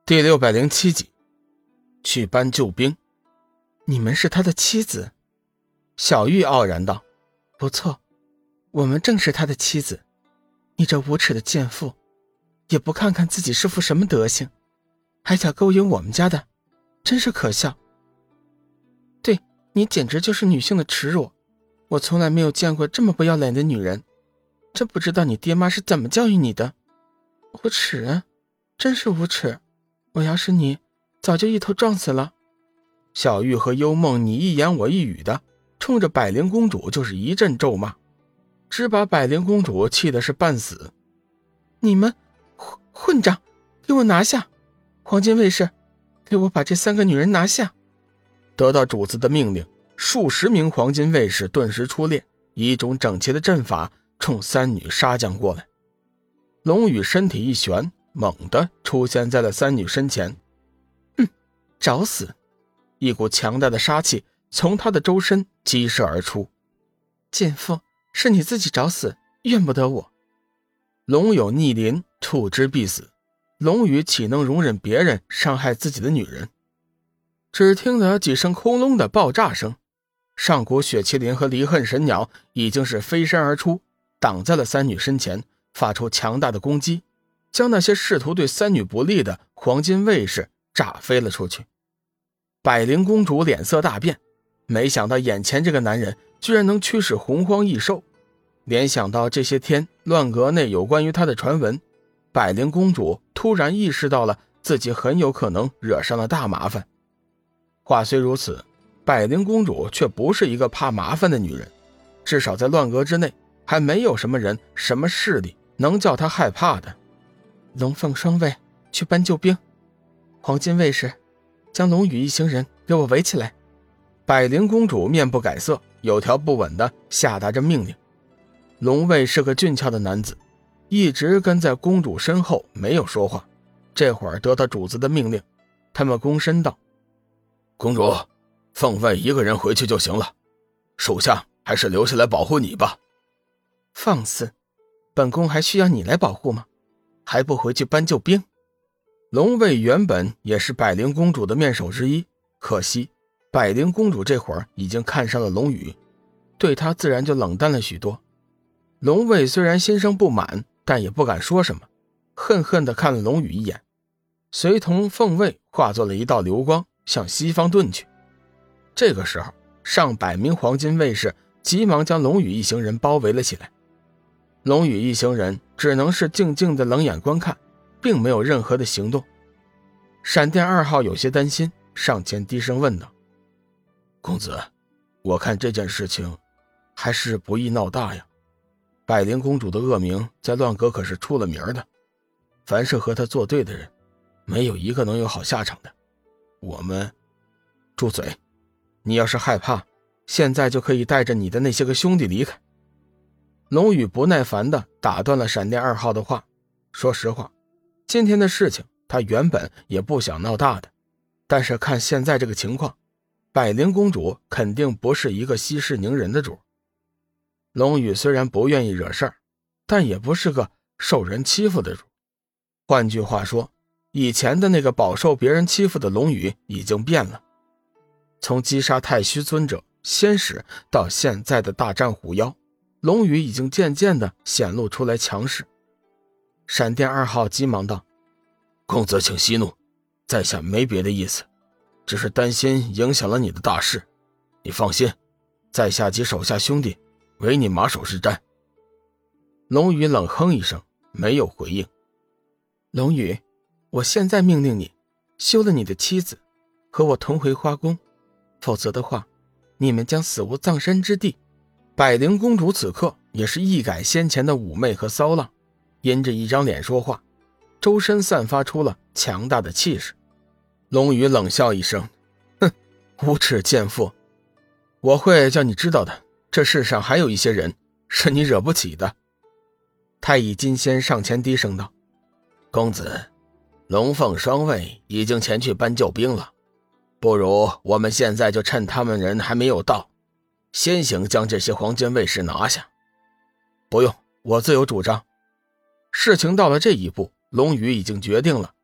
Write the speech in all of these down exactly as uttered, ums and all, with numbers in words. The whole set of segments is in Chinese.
第六百零七集，去搬救兵。 你们是他的妻子？ 小玉傲然道： 不错，我们正是他的妻子。你这无耻的贱妇，也不看看自己是副什么德行，还想勾引我们家的，真是可笑。对，你简直就是女性的耻辱，我从来没有见过这么不要脸的女人。真不知道你爹妈是怎么教育你的。无耻啊，真是无耻。我要是你，早就一头撞死了。 小玉和幽梦你一言我一语的，冲着百灵公主就是一阵咒骂，只把百灵公主气的是半死。 你们混混账，给我拿下！黄金卫士，给我把这三个女人拿下！ 得到主子的命令，数十名黄金卫士顿时出列，以一种整齐的阵法冲三女杀将过来。龙宇身体一旋，猛地出现在了三女身前。 哼，找死！ 一股强大的杀气从他的周身激射而出。 贱妇，是你自己找死，怨不得我。 龙有逆鳞，触之必死，龙宇岂能容忍别人伤害自己的女人？只听得几声轰隆的爆炸声，上古雪麒麟和离恨神鸟已经是飞身而出，挡在了三女身前，发出强大的攻击，将那些试图对三女不利的黄金卫士炸飞了出去。百灵公主脸色大变，没想到眼前这个男人居然能驱使洪荒异兽。联想到这些天乱阁内有关于他的传闻，百灵公主突然意识到了自己很有可能惹上了大麻烦。话虽如此，百灵公主却不是一个怕麻烦的女人，至少在乱阁之内还没有什么人什么势力能叫她害怕的。 龙凤双卫，去搬救兵。黄金卫士，将龙宇一行人给我围起来。 百灵公主面不改色，有条不紊地下达着命令。龙卫是个俊俏的男子，一直跟在公主身后没有说话，这会儿得到主子的命令，他们躬身道：公主，凤卫一个人回去就行了，属下还是留下来保护你吧。 放肆，本宫还需要你来保护吗？还不回去搬救兵？ 龙卫原本也是百灵公主的面首之一，可惜百灵公主这会儿已经看上了龙宇，对他自然就冷淡了许多。龙卫虽然心生不满，但也不敢说什么，恨恨地看了龙宇一眼，随同凤卫化作了一道流光向西方遁去。这个时候，上百名黄金卫士急忙将龙宇一行人包围了起来。龙宇一行人只能是静静的冷眼观看，并没有任何的行动。闪电二号有些担心，上前低声问道：公子，我看这件事情还是不宜闹大呀。百灵公主的恶名在乱阁可是出了名的，凡是和她作对的人，没有一个能有好下场的。我们住嘴，你要是害怕，现在就可以带着你的那些个兄弟离开。龙宇不耐烦地打断了闪电二号的话，说实话，今天的事情他原本也不想闹大的，但是看现在这个情况，百灵公主肯定不是一个息事宁人的主。龙宇虽然不愿意惹事儿，但也不是个受人欺负的主。换句话说，以前的那个饱受别人欺负的龙宇已经变了。从击杀太虚尊者仙使到现在的大战虎妖，龙宇已经渐渐地显露出来强势。闪电二号急忙道：公子请息怒，在下没别的意思，只是担心影响了你的大事。你放心，在下及手下兄弟为你马首是瞻。龙宇冷哼一声，没有回应。 龙宇，我现在命令你休了你的妻子，和我同回花宫，否则的话，你们将死无葬身之地。 百灵公主此刻也是一改先前的妩媚和骚浪，阴着一张脸说话，周身散发出了强大的气势。龙宇冷笑一声：哼，无耻贱妇，我会叫你知道的，这世上还有一些人是你惹不起的。太乙金仙上前低声道：公子，龙凤双卫已经前去搬救兵了，不如我们现在就趁他们人还没有到，先行将这些黄金卫士拿下。不用，我自有主张。事情到了这一步，龙宇已经决定了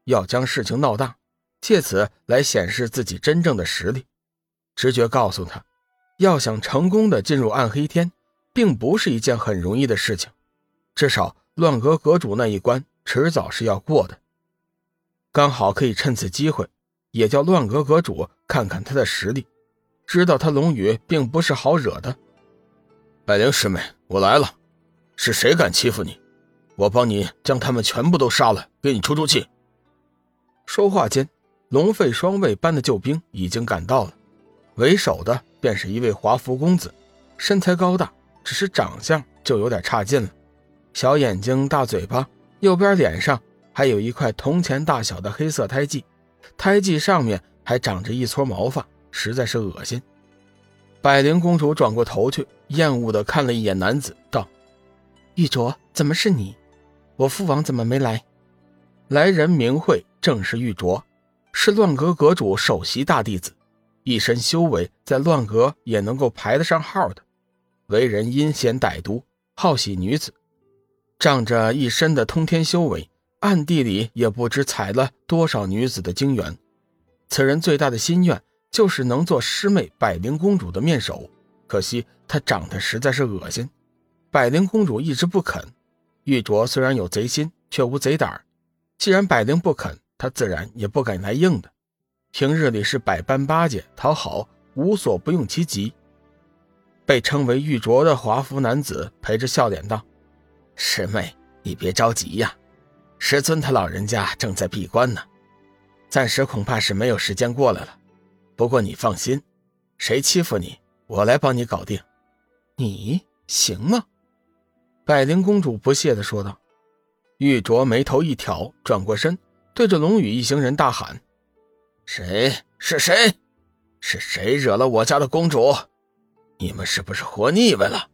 要将事情闹大，借此来显示自己真正的实力。直觉告诉他，要想成功的进入暗黑天，并不是一件很容易的事情，至少乱阁阁主那一关迟早是要过的。刚好可以趁此机会，也叫乱阁阁主看看他的实力，知道他龙宇并不是好惹的。百灵师妹，我来了，是谁敢欺负你？我帮你将他们全部都杀了，给你出出气。说话间，龙废双卫班的救兵已经赶到了，为首的便是一位华服公子，身材高大，只是长相就有点差劲了，小眼睛大嘴巴，右边脸上还有一块铜钱大小的黑色胎记，胎记上面还长着一撮毛发，实在是恶心。百灵公主转过头去，厌恶地看了一眼男子，道： 玉镯，怎么是你？我父王怎么没来？ 来人名讳正是玉镯，是乱阁阁主首席大弟子，一身修为在乱阁也能够排得上号的，为人阴险歹毒，好喜女子，仗着一身的通天修为，暗地里也不知采了多少女子的精元。此人最大的心愿就是能做师妹百灵公主的面首，可惜她长得实在是恶心，百灵公主一直不肯。玉镯虽然有贼心，却无贼胆，既然百灵不肯，她自然也不敢来硬的。平日里是百般巴结讨好，无所不用其极。被称为玉镯的华服男子陪着笑脸道：师妹，你别着急呀，师尊他老人家正在闭关呢，暂时恐怕是没有时间过来了。不过你放心，谁欺负你，我来帮你搞定。 你行吗？ 百灵公主不屑地说道。玉镯眉头一挑，转过身对着龙宇一行人大喊：谁？是谁？是谁惹了我家的公主？你们是不是活腻歪了？